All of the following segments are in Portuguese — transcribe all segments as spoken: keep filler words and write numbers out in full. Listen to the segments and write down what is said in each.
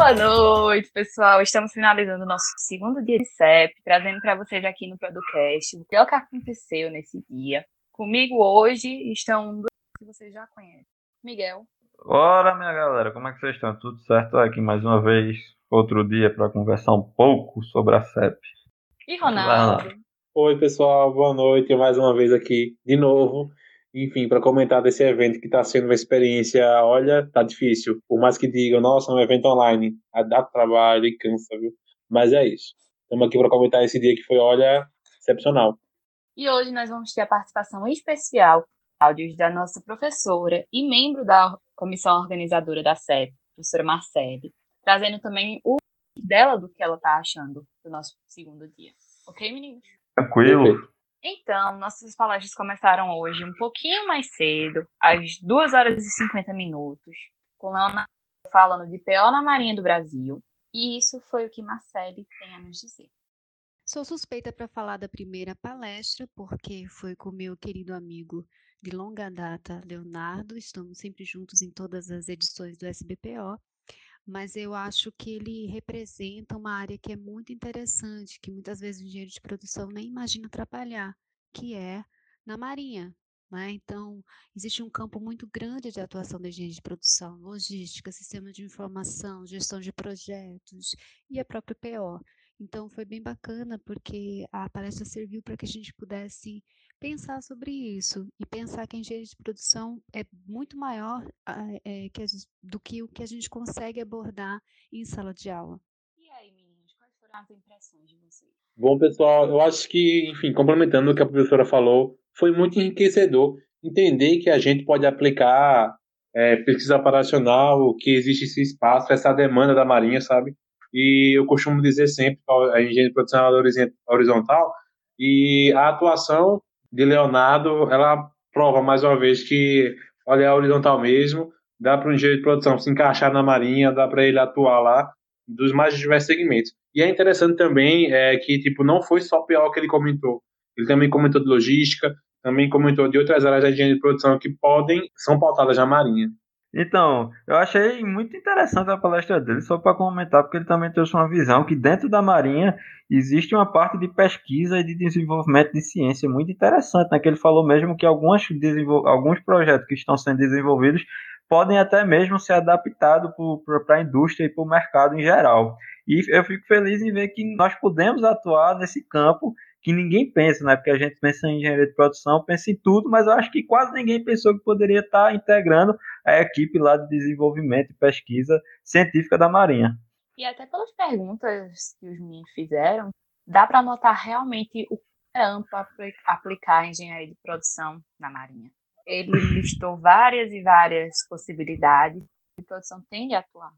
Boa noite, pessoal. Estamos finalizando o nosso segundo dia de C E P, trazendo para vocês aqui no Producast o que é o que aconteceu nesse dia. Comigo hoje estão dois que vocês já conhecem. Miguel. Ora, minha galera, como é que vocês estão? Tudo certo? Aqui mais uma vez, outro dia para conversar um pouco sobre a C E P. E Vai, Ronaldo. Ronaldo. Oi, pessoal, boa noite. Mais uma vez aqui de novo. Enfim, para comentar desse evento que está sendo uma experiência, olha, tá difícil. Por mais que digam, nossa, é um evento online, dá trabalho e cansa, viu? Mas é isso. Estamos aqui para comentar esse dia que foi, olha, excepcional. E hoje nós vamos ter a participação especial, áudios da nossa professora e membro da comissão organizadora da C E P, professora Marcele, trazendo também o dela do que ela está achando do nosso segundo dia. Ok, meninos? Tranquilo. Então, nossas palestras começaram hoje um pouquinho mais cedo, às duas horas e cinquenta minutos, com Leonardo falando de P O na Marinha do Brasil, e isso foi o que Marcele tem a nos dizer. Sou suspeita para falar da primeira palestra, porque foi com meu querido amigo de longa data, Leonardo, estamos sempre juntos em todas as edições do S B P O, mas eu acho que ele representa uma área que é muito interessante, que muitas vezes o engenheiro de produção nem imagina trabalhar, que é na Marinha. Né? Então, existe um campo muito grande de atuação da engenharia de produção, logística, sistema de informação, gestão de projetos e a própria P O. Então, foi bem bacana, porque a palestra serviu para que a gente pudesse pensar sobre isso e pensar que a engenharia de produção é muito maior é, que gente, do que o que a gente consegue abordar em sala de aula. E aí, meninos, quais foram as impressões de vocês? Bom, pessoal, eu acho que, enfim, complementando o que a professora falou, foi muito enriquecedor entender que a gente pode aplicar é, pesquisa operacional, que existe esse espaço, essa demanda da Marinha, sabe? E eu costumo dizer sempre que a engenharia de produção é horizontal e a atuação de Leonardo, ela prova mais uma vez que, olha, é horizontal mesmo, dá para o engenheiro de produção se encaixar na Marinha, dá para ele atuar lá dos mais diversos segmentos. E é interessante também é, que tipo não foi só P O que ele comentou. Ele também comentou de logística, também comentou de outras áreas da engenharia de produção que podem, são pautadas na Marinha. Então, eu achei muito interessante a palestra dele, só para comentar, porque ele também trouxe uma visão que dentro da Marinha existe uma parte de pesquisa e de desenvolvimento de ciência muito interessante, né? Que ele falou mesmo que algumas alguns projetos que estão sendo desenvolvidos podem até mesmo ser adaptados para a indústria e para o mercado em geral. E eu fico feliz em ver que nós podemos atuar nesse campo que ninguém pensa, né? Porque a gente pensa em engenharia de produção, pensa em tudo, mas eu acho que quase ninguém pensou que poderia estar integrando a equipe lá de desenvolvimento e pesquisa científica da Marinha. E até pelas perguntas que os meninos fizeram, dá para notar realmente o que é amplo aplicar a engenharia de produção na Marinha. Ele listou várias e várias possibilidades que a produção tem de atuar.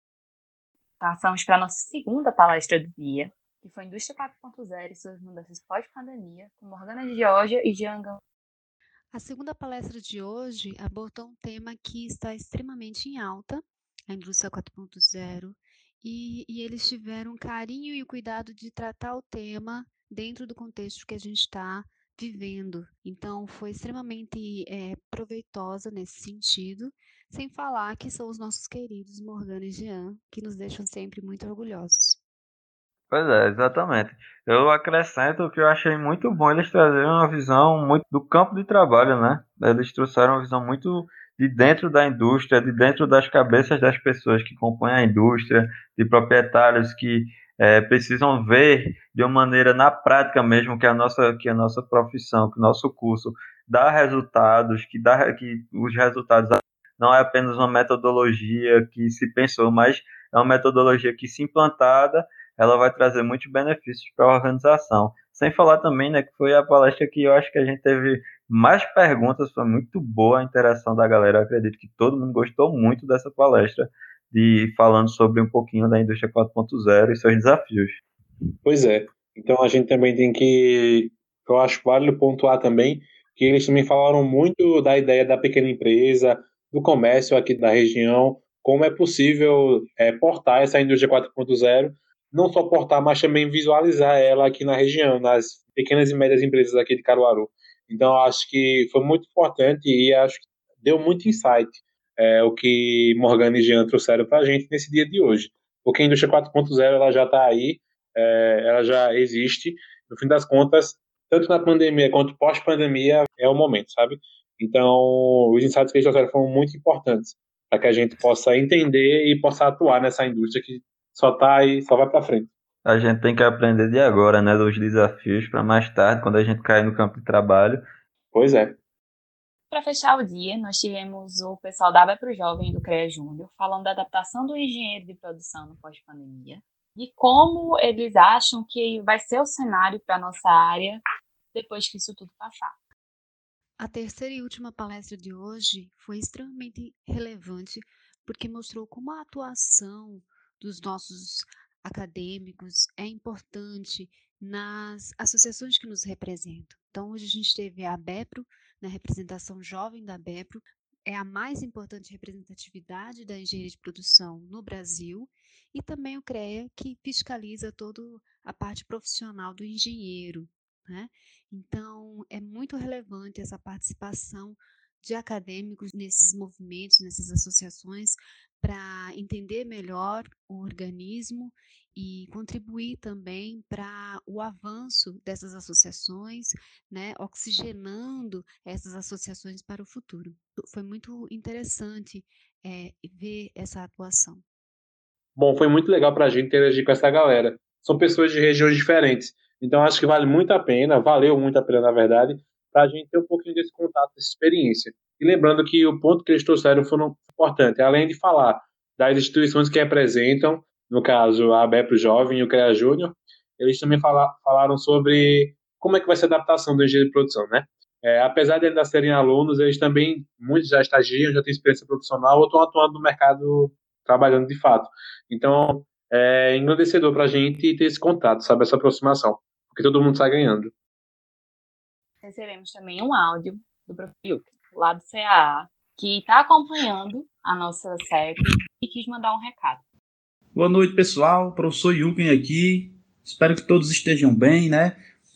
Passamos para a nossa segunda palestra do dia, que foi Indústria quatro ponto zero e suas mudanças pós-pandemia, com Morgana Georgia e Jean Gam. A segunda palestra de hoje abordou um tema que está extremamente em alta, a indústria quatro ponto zero, e, e eles tiveram o carinho e o cuidado de tratar o tema dentro do contexto que a gente está vivendo. Então, foi extremamente é, proveitosa nesse sentido, sem falar que são os nossos queridos Morgana e Jean, que nos deixam sempre muito orgulhosos. Pois é, exatamente. Eu acrescento que eu achei muito bom eles trazerem uma visão muito do campo de trabalho, né? Eles trouxeram uma visão muito de dentro da indústria, de dentro das cabeças das pessoas que compõem a indústria, de proprietários que é, precisam ver de uma maneira na prática mesmo que a nossa, que a nossa profissão, que o nosso curso dá resultados, que dá que os resultados não é apenas uma metodologia que se pensou, mas é uma metodologia que, se implantada, ela vai trazer muitos benefícios para a organização. Sem falar também, né, que foi a palestra que eu acho que a gente teve mais perguntas, foi muito boa a interação da galera. Eu acredito que todo mundo gostou muito dessa palestra, de falando sobre um pouquinho da indústria quatro ponto zero e seus desafios. Pois é. Então a gente também tem que, eu acho válido pontuar também, que eles também falaram muito da ideia da pequena empresa, do comércio aqui da região, como é possível é, portar essa indústria quatro ponto zero, não só portar, mas também visualizar ela aqui na região, nas pequenas e médias empresas aqui de Caruaru. Então, acho que foi muito importante e acho que deu muito insight é, o que Morgana e Jean trouxeram para a gente nesse dia de hoje. porque a indústria quatro ponto zero ela já está aí, é, ela já existe. No fim das contas, tanto na pandemia quanto pós-pandemia, é o momento, sabe? Então, os insights que eles trouxeram foram muito importantes para que a gente possa entender e possa atuar nessa indústria que só está aí, só vai para frente. A gente tem que aprender de agora, né, dos desafios para mais tarde, quando a gente cair no campo de trabalho. Pois é. Para fechar o dia, nós tivemos o pessoal da Abepro Jovem e do CREA Júnior falando da adaptação do engenheiro de produção no pós-pandemia e como eles acham que vai ser o cenário para a nossa área depois que isso tudo passar. A terceira e última palestra de hoje foi extremamente relevante porque mostrou como a atuação dos nossos acadêmicos é importante nas associações que nos representam. Então, hoje a gente teve a ABEPRO, na representação jovem da ABEPRO, é a mais importante representatividade da engenharia de produção no Brasil, e também o CREA, que fiscaliza toda a parte profissional do engenheiro, né? Então, é muito relevante essa participação de acadêmicos nesses movimentos, nessas associações, para entender melhor o organismo e contribuir também para o avanço dessas associações, né, oxigenando essas associações para o futuro. Foi muito interessante é, ver essa atuação. Bom, foi muito legal para a gente interagir com essa galera. São pessoas de regiões diferentes, então acho que vale muito a pena, valeu muito a pena, na verdade, para a gente ter um pouquinho desse contato, dessa experiência. E lembrando que o ponto que eles trouxeram foi importante, além de falar das instituições que representam, no caso a ABEPRO Jovem e o CREA Júnior, eles também fala, falaram sobre como é que vai ser a adaptação do engenheiro de produção, né? É, apesar de ainda serem alunos, eles também, muitos já estagiam, já têm experiência profissional ou estão atuando no mercado trabalhando de fato. Então, é engrandecedor para a gente ter esse contato, sabe, essa aproximação, porque todo mundo sai ganhando. Recebemos também um áudio do professor Yuki, lá do C A A, que está acompanhando a nossa série e quis mandar um recado. Boa noite, pessoal. Professor Yuki aqui. Espero que todos estejam bem, né?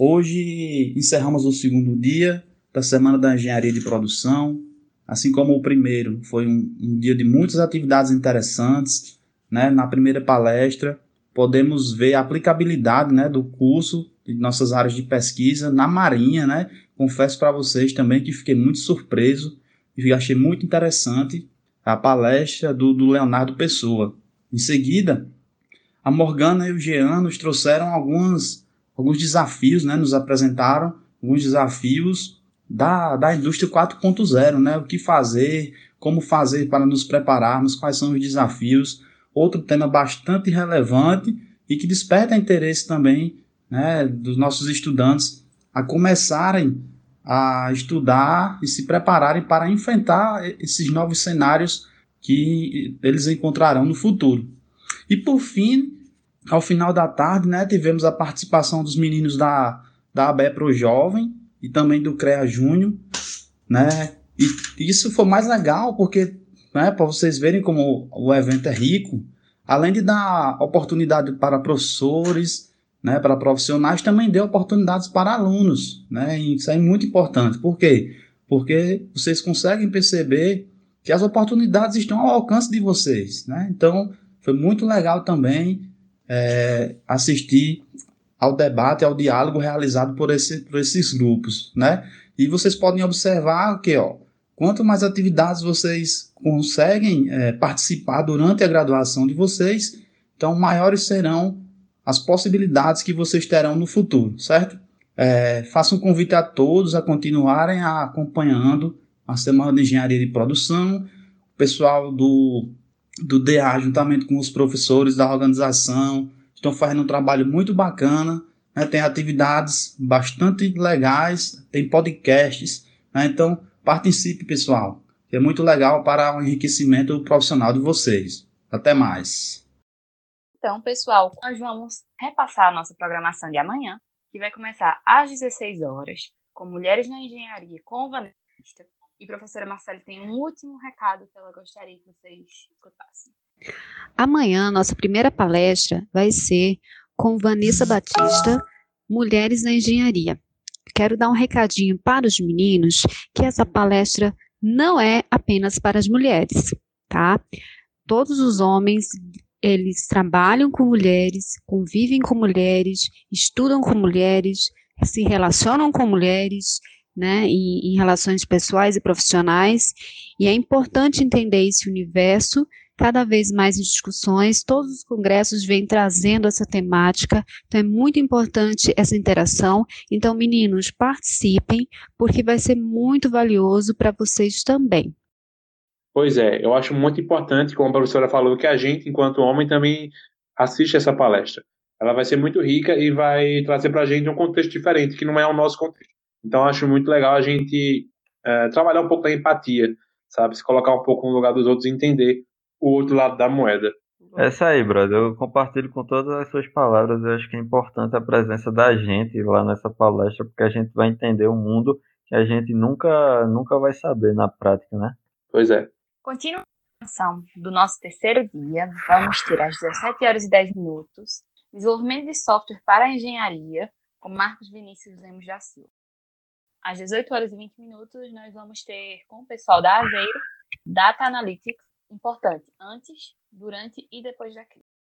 Hoje encerramos o segundo dia da Semana da Engenharia de Produção. Assim como o primeiro, foi um, um dia de muitas atividades interessantes, né? Na primeira palestra, podemos ver a aplicabilidade, né, do curso de nossas áreas de pesquisa na Marinha, né? Confesso para vocês também que fiquei muito surpreso e achei muito interessante a palestra do, do Leonardo Pessoa. Em seguida, a Morgana e o Jean nos trouxeram algumas, alguns desafios, né? Nos apresentaram alguns desafios da, da indústria quatro ponto zero, né? O que fazer, como fazer para nos prepararmos, quais são os desafios. Outro tema bastante relevante e que desperta interesse também, né, dos nossos estudantes a começarem a estudar e se prepararem para enfrentar esses novos cenários que eles encontrarão no futuro. E por fim, ao final da tarde, né, tivemos a participação dos meninos da, da ABEPRO Jovem e também do CREA Júnior, né, e isso foi mais legal porque, né, para vocês verem como o evento é rico, além de dar oportunidade para professores, né, para profissionais, também deu oportunidades para alunos, né, e isso é muito importante. Por quê? Porque vocês conseguem perceber que as oportunidades estão ao alcance de vocês, né? Então, foi muito legal também é, assistir ao debate, ao diálogo realizado por, esse, por esses grupos, né? E vocês podem observar que, ó, quanto mais atividades vocês conseguem é, participar durante a graduação de vocês, então maiores serão as possibilidades que vocês terão no futuro, certo? É, faço um convite a todos a continuarem acompanhando a Semana de Engenharia de Produção, o pessoal do, do D A, juntamente com os professores da organização, estão fazendo um trabalho muito bacana, né? Tem atividades bastante legais, tem podcasts, né? Então participe, pessoal, que é muito legal para o enriquecimento profissional de vocês. Até mais. Então, pessoal, nós vamos repassar a nossa programação de amanhã, que vai começar às dezesseis horas, com Mulheres na Engenharia, com Vanessa. E a professora Marcele tem um último recado que ela gostaria que vocês escutassem. Amanhã, nossa primeira palestra vai ser com Vanessa Batista, Mulheres na Engenharia. Quero dar um recadinho para os meninos que essa palestra não é apenas para as mulheres, tá? Todos os homens eles trabalham com mulheres, convivem com mulheres, estudam com mulheres, se relacionam com mulheres, né, em, em relações pessoais e profissionais, e é importante entender esse universo cada vez mais em discussões. Todos os congressos vêm trazendo essa temática, então é muito importante essa interação. Então, meninos, participem, porque vai ser muito valioso para vocês também. Pois é, eu acho muito importante, como a professora falou, que a gente, enquanto homem, também assiste essa palestra. Ela vai ser muito rica e vai trazer para a gente um contexto diferente, que não é o nosso contexto. Então, acho muito legal a gente é, trabalhar um pouco da empatia, sabe? Se colocar um pouco no lugar dos outros e entender o outro lado da moeda. É isso aí, brother. Eu compartilho com todas as suas palavras. Eu acho que é importante a presença da gente lá nessa palestra, porque a gente vai entender o mundo que a gente nunca, nunca vai saber na prática, né? Pois é. Continuação do nosso terceiro dia, vamos ter às dezessete horas e dez minutos, desenvolvimento de software para a engenharia, com Marcos Vinícius Lemos da Silva. Às dezoito horas e vinte minutos, nós vamos ter com o pessoal da Aveiro, Data Analytics, importante, antes, durante e depois da crise.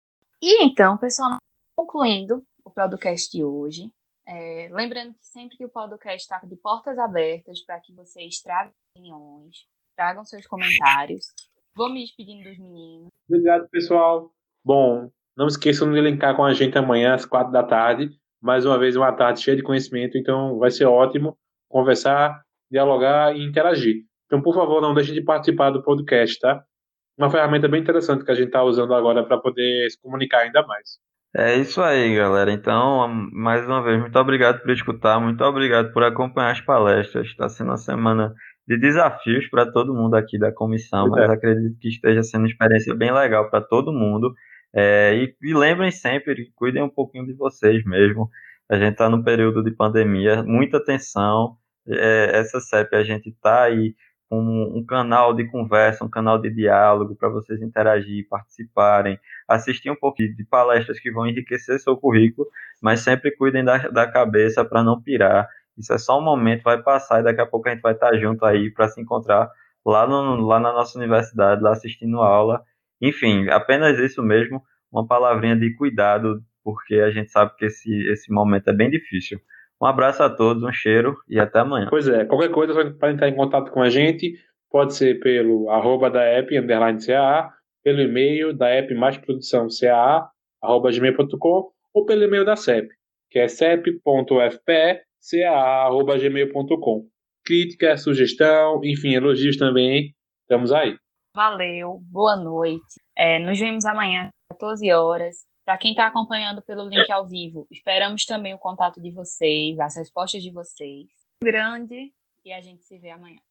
E então, pessoal, concluindo o podcast de hoje, é, lembrando que sempre que o podcast está de portas abertas para que vocês tragam opiniões, tragam seus comentários. Vou me despedindo dos meninos. Obrigado, pessoal. Bom, não esqueçam de linkar com a gente amanhã às quatro da tarde. Mais uma vez, uma tarde cheia de conhecimento, então vai ser ótimo conversar, dialogar e interagir. Então, por favor, não deixem de participar do podcast, tá? Uma ferramenta bem interessante que a gente está usando agora para poder se comunicar ainda mais. É isso aí, galera. Então, mais uma vez, muito obrigado por escutar, muito obrigado por acompanhar as palestras. Está sendo uma semana de desafios para todo mundo aqui da comissão, Pois mas é. acredito que esteja sendo uma experiência bem legal para todo mundo. É, e, e lembrem sempre, cuidem um pouquinho de vocês mesmo. A gente está num período de pandemia, muita atenção. É, essa C E P a gente está aí com um, um canal de conversa, um canal de diálogo para vocês interagir, participarem, assistir um pouquinho de palestras que vão enriquecer seu currículo, mas sempre cuidem da, da cabeça para não pirar. Isso é só um momento, vai passar e daqui a pouco a gente vai estar junto aí para se encontrar lá, no, lá na nossa universidade, lá assistindo a aula. Enfim, apenas isso mesmo, uma palavrinha de cuidado, porque a gente sabe que esse, esse momento é bem difícil. Um abraço a todos, um cheiro e até amanhã. Pois é, qualquer coisa para entrar em contato com a gente, pode ser pelo arroba da app, underline C A A, pelo e-mail da app mais produção C A A, arroba gmail ponto com, ou pelo e-mail da C E P, que é cep ponto f p e c a a arroba gmail ponto com. Crítica, sugestão, enfim, elogios também, estamos aí. Valeu, boa noite. É, nos vemos amanhã às quatorze horas. Para quem está acompanhando pelo link ao vivo, esperamos também o contato de vocês, as respostas de vocês. Um grande e a gente se vê amanhã.